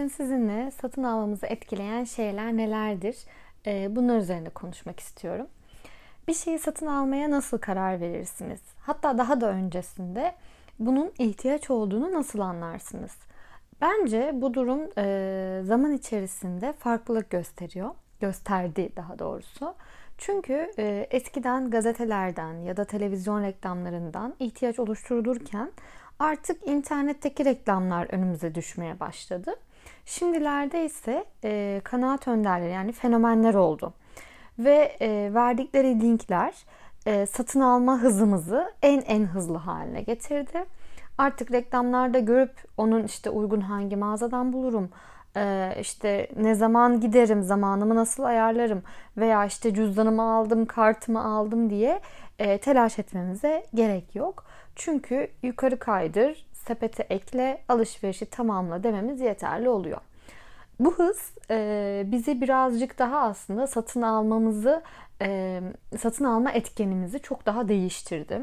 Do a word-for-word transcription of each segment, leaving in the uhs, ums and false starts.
Bugün sizinle satın almamızı etkileyen şeyler nelerdir? Ee, Bunlar üzerinde konuşmak istiyorum. Bir şeyi satın almaya nasıl karar verirsiniz? Hatta daha da öncesinde bunun ihtiyaç olduğunu nasıl anlarsınız? Bence bu durum e, zaman içerisinde farklılık gösteriyor. Gösterdi daha doğrusu. Çünkü e, eskiden gazetelerden ya da televizyon reklamlarından ihtiyaç oluşturulurken artık internetteki reklamlar önümüze düşmeye başladı. Şimdilerde ise e, kanaat önderleri yani fenomenler oldu. Ve e, verdikleri linkler e, satın alma hızımızı en en hızlı haline getirdi. Artık reklamlarda görüp onun işte uygun hangi mağazadan bulurum, e, işte ne zaman giderim, zamanımı nasıl ayarlarım veya işte cüzdanımı aldım, kartımı aldım diye e, telaş etmemize gerek yok. Çünkü yukarı kaydır, sepete ekle, alışverişi tamamla dememiz yeterli oluyor. Bu hız e, bizi birazcık daha aslında satın almamızı, e, satın alma etkenimizi çok daha değiştirdi.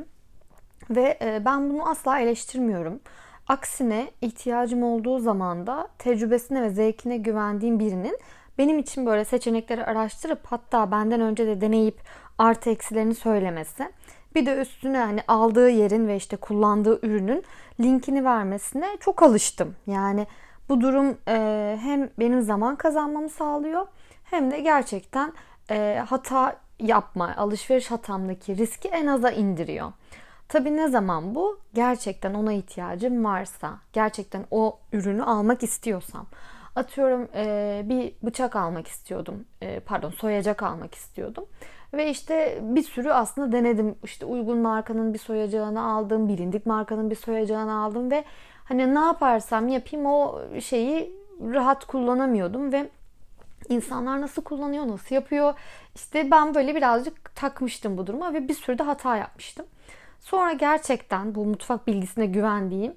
Ve e, ben bunu asla eleştirmiyorum. Aksine ihtiyacım olduğu zaman da tecrübesine ve zevkine güvendiğim birinin benim için böyle seçenekleri araştırıp hatta benden önce de deneyip artı eksilerini söylemesi. Bir de üstüne hani aldığı yerin ve işte kullandığı ürünün linkini vermesine çok alıştım. Yani bu durum e, hem benim zaman kazanmamı sağlıyor hem de gerçekten e, hata yapma, alışveriş hatamdaki riski en aza indiriyor. Tabii ne zaman bu? Gerçekten ona ihtiyacım varsa, gerçekten o ürünü almak istiyorsam. Atıyorum e, bir bıçak almak istiyordum, e, pardon soyacak almak istiyordum. Ve işte bir sürü aslında denedim. İşte uygun markanın bir soyacağını aldım, bilindik markanın bir soyacağını aldım ve hani ne yaparsam yapayım o şeyi rahat kullanamıyordum ve insanlar nasıl kullanıyor, nasıl yapıyor? İşte ben böyle birazcık takmıştım bu duruma ve bir sürü de hata yapmıştım. Sonra gerçekten bu mutfak bilgisine güvendiğim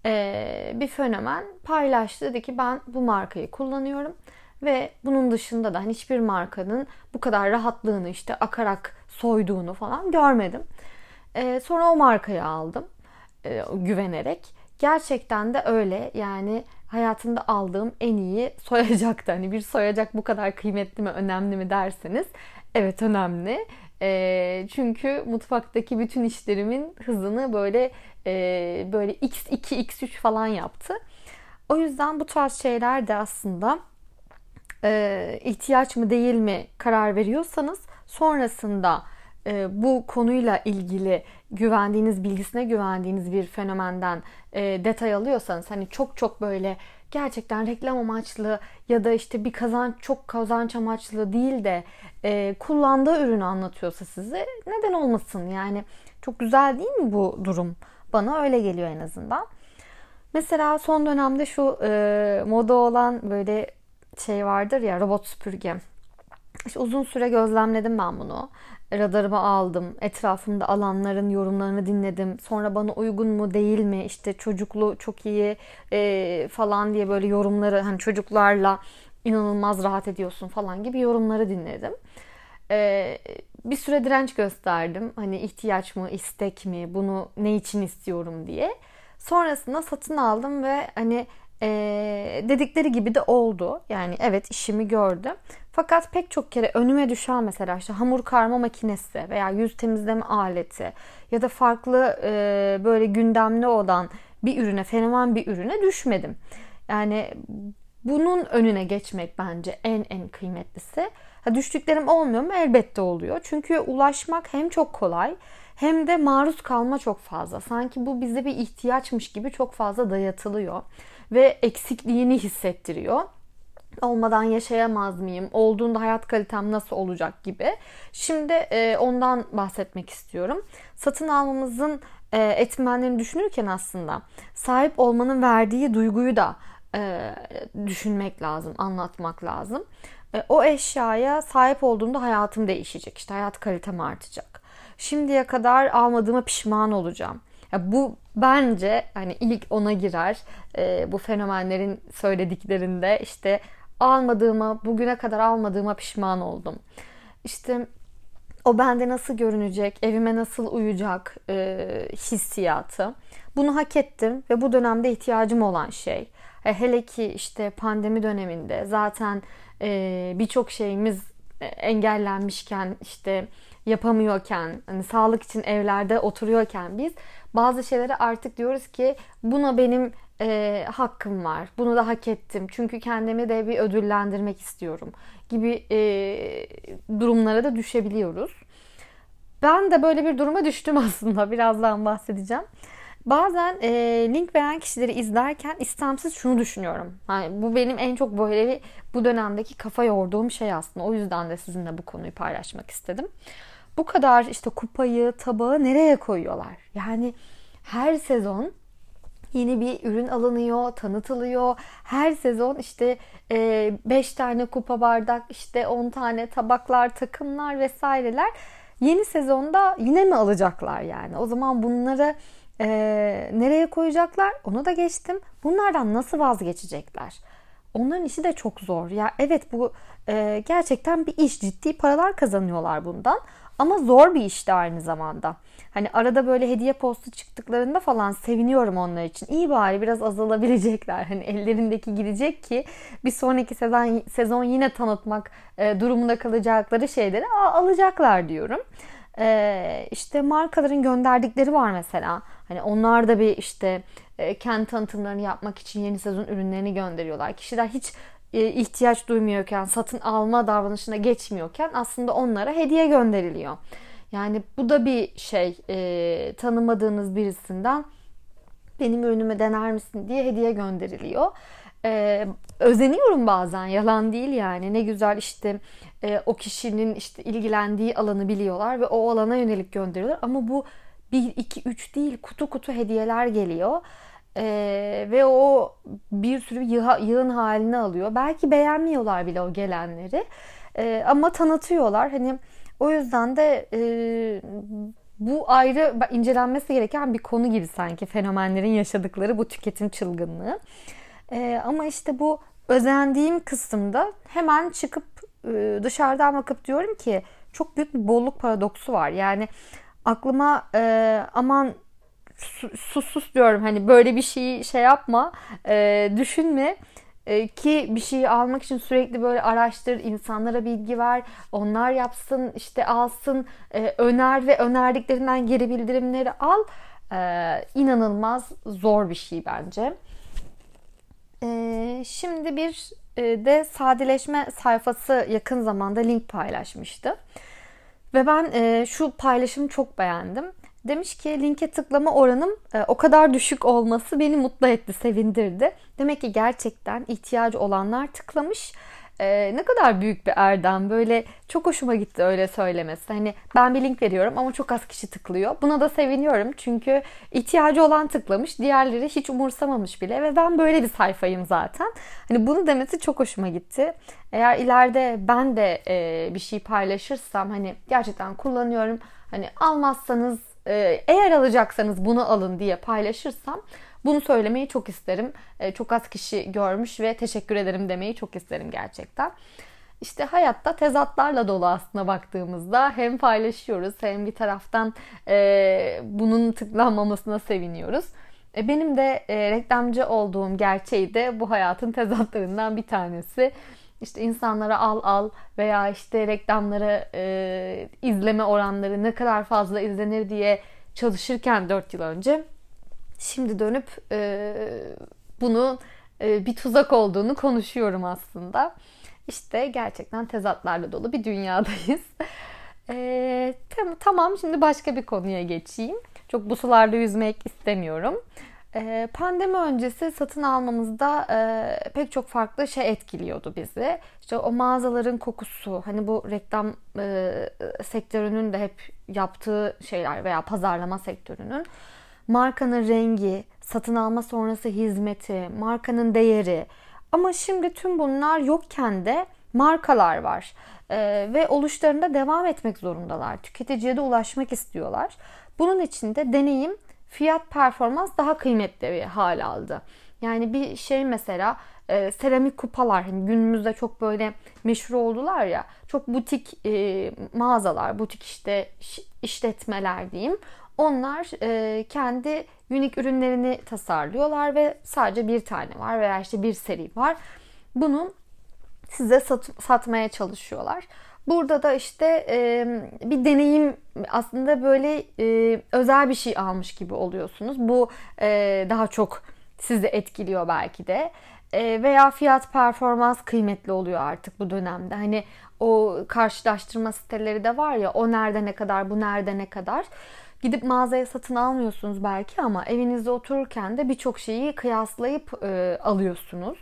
bir fenomen paylaştı. Dedi ki ben bu markayı kullanıyorum ve bunun dışında da hiçbir markanın bu kadar rahatlığını işte akarak soyduğunu falan görmedim. Sonra o markayı aldım güvenerek. Gerçekten de öyle yani hayatımda aldığım en iyi soyacaktı. Hani bir soyacak bu kadar kıymetli mi, önemli mi derseniz evet önemli. E, çünkü mutfaktaki bütün işlerimin hızını böyle e, böyle x iki x üç falan yaptı. O yüzden bu tarz şeyler de aslında e, ihtiyaç mı değil mi karar veriyorsanız sonrasında e, bu konuyla ilgili güvendiğiniz, bilgisine güvendiğiniz bir fenomenden e, detay alıyorsanız hani çok çok böyle gerçekten reklam amaçlı ya da işte bir kazanç çok kazanç amaçlı değil de e, kullandığı ürünü anlatıyorsa size neden olmasın? Yani çok güzel değil mi bu durum? Bana öyle geliyor en azından. Mesela son dönemde şu e, moda olan böyle şey vardır ya robot süpürge. İşte uzun süre gözlemledim ben bunu. Radarıma aldım. Etrafımda alanların yorumlarını dinledim. Sonra bana uygun mu değil mi? İşte çocuklu çok iyi e, falan diye böyle yorumları hani çocuklarla inanılmaz rahat ediyorsun falan gibi yorumları dinledim. E, bir süre direnç gösterdim. Hani ihtiyaç mı, istek mi, bunu ne için istiyorum diye. Sonrasında satın aldım ve hani e, dedikleri gibi de oldu. Yani evet işimi gördü. Fakat pek çok kere önüme düşen mesela işte hamur karma makinesi veya yüz temizleme aleti ya da farklı e, böyle gündemli olan bir ürüne, fenomen bir ürüne düşmedim. Yani bunun önüne geçmek bence en en kıymetlisi. Ha, düştüklerim olmuyor mu? Elbette oluyor. Çünkü ulaşmak hem çok kolay hem de maruz kalma çok fazla. Sanki bu bize bir ihtiyaçmış gibi çok fazla dayatılıyor ve eksikliğini hissettiriyor. Olmadan yaşayamaz mıyım? Olduğunda hayat kalitem nasıl olacak gibi. Şimdi e, ondan bahsetmek istiyorum. Satın almamızın e, etmenlerini düşünürken aslında sahip olmanın verdiği duyguyu da e, düşünmek lazım, anlatmak lazım. E, o eşyaya sahip olduğumda hayatım değişecek. İşte hayat kalitem artacak. Şimdiye kadar almadığıma pişman olacağım. Ya bu bence hani ilk ona girer. E, bu fenomenlerin söylediklerinde işte almadığıma, bugüne kadar almadığıma pişman oldum. İşte o bende nasıl görünecek, evime nasıl uyacak e, hissiyatı. Bunu hak ettim ve bu dönemde ihtiyacım olan şey. Hele ki işte pandemi döneminde zaten e, birçok şeyimiz engellenmişken, işte yapamıyorken, hani sağlık için evlerde oturuyorken biz bazı şeyleri artık diyoruz ki buna benim e, hakkım var. Bunu da hak ettim. Çünkü kendimi de bir ödüllendirmek istiyorum gibi e, durumlara da düşebiliyoruz. Ben de böyle bir duruma düştüm aslında. Birazdan bahsedeceğim. Bazen e, link veren kişileri izlerken istemsiz şunu düşünüyorum. Yani bu benim en çok böyle bir, bu dönemdeki kafa yorduğum şey aslında. O yüzden de sizinle bu konuyu paylaşmak istedim. Bu kadar işte kupayı, tabağı nereye koyuyorlar? Yani her sezon yeni bir ürün alınıyor, tanıtılıyor. Her sezon işte beş tane kupa bardak, işte on tane tabaklar, takımlar vesaireler. Yeni sezonda yine mi alacaklar yani? O zaman bunları e, nereye koyacaklar? Onu da geçtim. Bunlardan nasıl vazgeçecekler? Onların işi de çok zor. Ya evet, bu e, gerçekten bir iş. Ciddi paralar kazanıyorlar bundan. Ama zor bir iş de aynı zamanda. Hani arada böyle hediye postu çıktıklarında falan seviniyorum onlar için. İyi bari biraz azalabilecekler. Hani ellerindeki gidecek ki bir sonraki sezon, sezon yine tanıtmak e, durumunda kalacakları şeyleri a, alacaklar diyorum. E, işte markaların gönderdikleri var mesela. Hani onlar da bir işte e, kendi tanıtımlarını yapmak için yeni sezon ürünlerini gönderiyorlar. Kişiler hiç e, ihtiyaç duymuyorken, satın alma davranışına geçmiyorken aslında onlara hediye gönderiliyor. Yani bu da bir şey, e, tanımadığınız birisinden benim ürünümü dener misin diye hediye gönderiliyor. E, özeniyorum bazen, yalan değil yani. Ne güzel işte e, o kişinin işte ilgilendiği alanı biliyorlar ve o alana yönelik gönderiyorlar. Ama bu bir, iki, üç değil, kutu kutu hediyeler geliyor. Ee, ve o bir sürü yığ, yığın halini alıyor. Belki beğenmiyorlar bile o gelenleri. Ee, ama tanıtıyorlar. Hani o yüzden de e, bu ayrı incelenmesi gereken bir konu gibi sanki, fenomenlerin yaşadıkları bu tüketim çılgınlığı. Ee, ama işte bu özendiğim kısımda hemen çıkıp e, dışarıdan bakıp diyorum ki çok büyük bir bolluk paradoksu var. Yani aklıma e, aman sus sus diyorum, hani böyle bir şeyi şey yapma, e, düşünme, e, ki bir şeyi almak için sürekli böyle araştır, insanlara bilgi ver, onlar yapsın, işte alsın, e, öner ve önerdiklerinden geri bildirimleri al. E, inanılmaz zor bir şey bence. E, şimdi bir e, de sadeleşme sayfası yakın zamanda link paylaşmıştı. Ve ben e, şu paylaşımı çok beğendim. Demiş ki linke tıklama oranım e, o kadar düşük olması beni mutlu etti, sevindirdi. Demek ki gerçekten ihtiyacı olanlar tıklamış. E, ne kadar büyük bir erdem. Böyle çok hoşuma gitti öyle söylemesi. Hani ben bir link veriyorum ama çok az kişi tıklıyor. Buna da seviniyorum çünkü ihtiyacı olan tıklamış, diğerleri hiç umursamamış bile ve ben böyle bir sayfayım zaten. Hani bunu demesi çok hoşuma gitti. Eğer ileride ben de e, bir şey paylaşırsam, hani gerçekten kullanıyorum, hani almazsanız, eğer alacaksanız bunu alın diye paylaşırsam bunu söylemeyi çok isterim. Çok az kişi görmüş ve teşekkür ederim demeyi çok isterim gerçekten. İşte hayatta tezatlarla dolu aslında baktığımızda. Hem paylaşıyoruz hem bir taraftan bunun tıklanmamasına seviniyoruz. Benim de reklamcı olduğum gerçeği de bu hayatın tezatlarından bir tanesi. İşte insanlara al al veya işte reklamları e, izleme oranları ne kadar fazla izlenir diye çalışırken dört yıl önce, şimdi dönüp e, bunun e, bir tuzak olduğunu konuşuyorum aslında. İşte gerçekten tezatlarla dolu bir dünyadayız. E, tam, tamam şimdi başka bir konuya geçeyim. Çok bu sularda yüzmek istemiyorum. Pandemi öncesi satın almamızda e, pek çok farklı şey etkiliyordu bizi. İşte o mağazaların kokusu, hani bu reklam e, sektörünün de hep yaptığı şeyler veya pazarlama sektörünün, markanın rengi, satın alma sonrası hizmeti, markanın değeri. Ama şimdi tüm bunlar yokken de markalar var e, ve oluşlarında devam etmek zorundalar. Tüketiciye de ulaşmak istiyorlar. Bunun için de deneyim, fiyat performans daha kıymetli bir hal aldı. Yani bir şey mesela e, seramik kupalar, hani günümüzde çok böyle meşhur oldular ya, çok butik e, mağazalar, butik işte işletmeler diyeyim. Onlar e, kendi unik ürünlerini tasarlıyorlar ve sadece bir tane var veya işte bir seri var. Bunu size sat, satmaya çalışıyorlar. Burada da işte e, bir deneyim, aslında böyle e, özel bir şey almış gibi oluyorsunuz. Bu e, daha çok sizi etkiliyor belki de. E, veya fiyat performans kıymetli oluyor artık bu dönemde. Hani o karşılaştırma siteleri de var ya, o nerede ne kadar, bu nerede ne kadar. Gidip mağazaya satın almıyorsunuz belki ama evinizde otururken de birçok şeyi kıyaslayıp e, alıyorsunuz.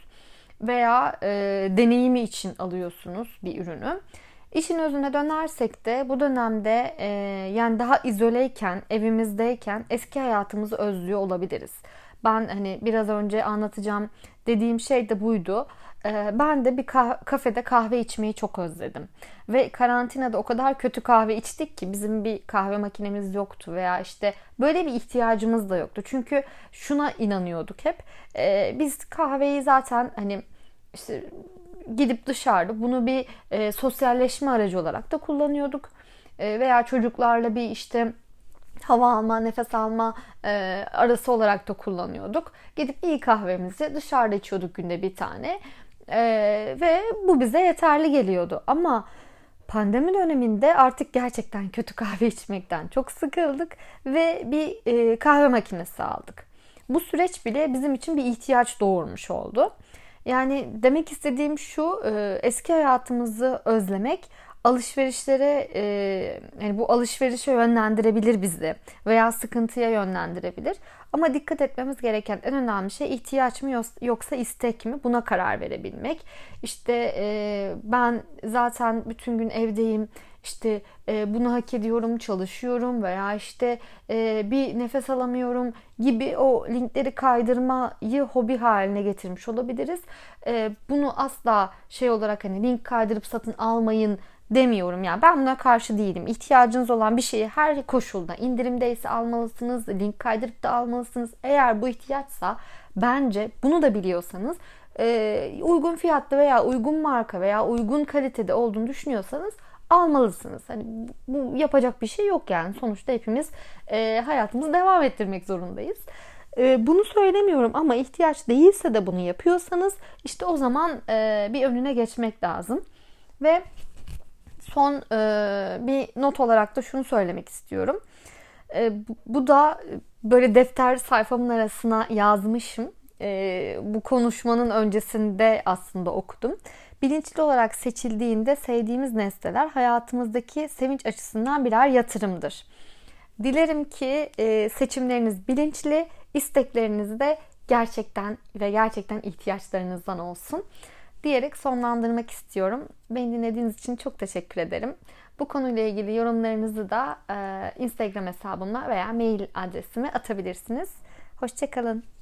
Veya e, deneyimi için alıyorsunuz bir ürünü. İşin özüne dönersek de bu dönemde e, yani daha izoleyken, evimizdeyken eski hayatımızı özlüyor olabiliriz. Ben hani biraz önce anlatacağım dediğim şey de buydu. E, ben de bir kah- kafede kahve içmeyi çok özledim. Ve karantinada o kadar kötü kahve içtik ki bizim bir kahve makinemiz yoktu veya işte böyle bir ihtiyacımız da yoktu. Çünkü şuna inanıyorduk hep. E, biz kahveyi zaten hani işte gidip dışarıda bunu bir e, sosyalleşme aracı olarak da kullanıyorduk. E, veya çocuklarla bir işte hava alma, nefes alma e, arası olarak da kullanıyorduk. Gidip iyi kahvemizi dışarıda içiyorduk günde bir tane. E, ve bu bize yeterli geliyordu. Ama pandemi döneminde artık gerçekten kötü kahve içmekten çok sıkıldık ve bir e, kahve makinesi aldık. Bu süreç bile bizim için bir ihtiyaç doğurmuş oldu. Yani demek istediğim şu, eski hayatımızı özlemek alışverişlere, yani bu alışverişe yönlendirebilir bizi veya sıkıntıya yönlendirebilir. Ama dikkat etmemiz gereken en önemli şey ihtiyaç mı yoksa istek mi, buna karar verebilmek. İşte ben zaten bütün gün evdeyim, İşte e, bunu hak ediyorum, çalışıyorum veya işte e, bir nefes alamıyorum gibi o linkleri kaydırmayı hobi haline getirmiş olabiliriz. E, bunu asla şey olarak hani link kaydırıp satın almayın demiyorum. Yani ben buna karşı değilim. İhtiyacınız olan bir şeyi her koşulda indirimdeyse almalısınız, link kaydırıp da almalısınız. Eğer bu ihtiyaçsa bence bunu da biliyorsanız e, uygun fiyatlı veya uygun marka veya uygun kalitede olduğunu düşünüyorsanız almalısınız. Hani bu yapacak bir şey yok yani. Sonuçta hepimiz e, hayatımızı devam ettirmek zorundayız. E, bunu söylemiyorum ama ihtiyaç değilse de bunu yapıyorsanız işte o zaman e, bir önüne geçmek lazım. Ve son e, bir not olarak da şunu söylemek istiyorum. E, bu, bu da böyle defter sayfamın arasına yazmışım. E, bu konuşmanın öncesinde aslında okudum. Bilinçli olarak seçildiğinde sevdiğimiz nesneler hayatımızdaki sevinç açısından birer yatırımdır. Dilerim ki seçimleriniz bilinçli, istekleriniz de gerçekten ve gerçekten ihtiyaçlarınızdan olsun diyerek sonlandırmak istiyorum. Beni dinlediğiniz için çok teşekkür ederim. Bu konuyla ilgili yorumlarınızı da Instagram hesabıma veya mail adresime atabilirsiniz. Hoşça kalın.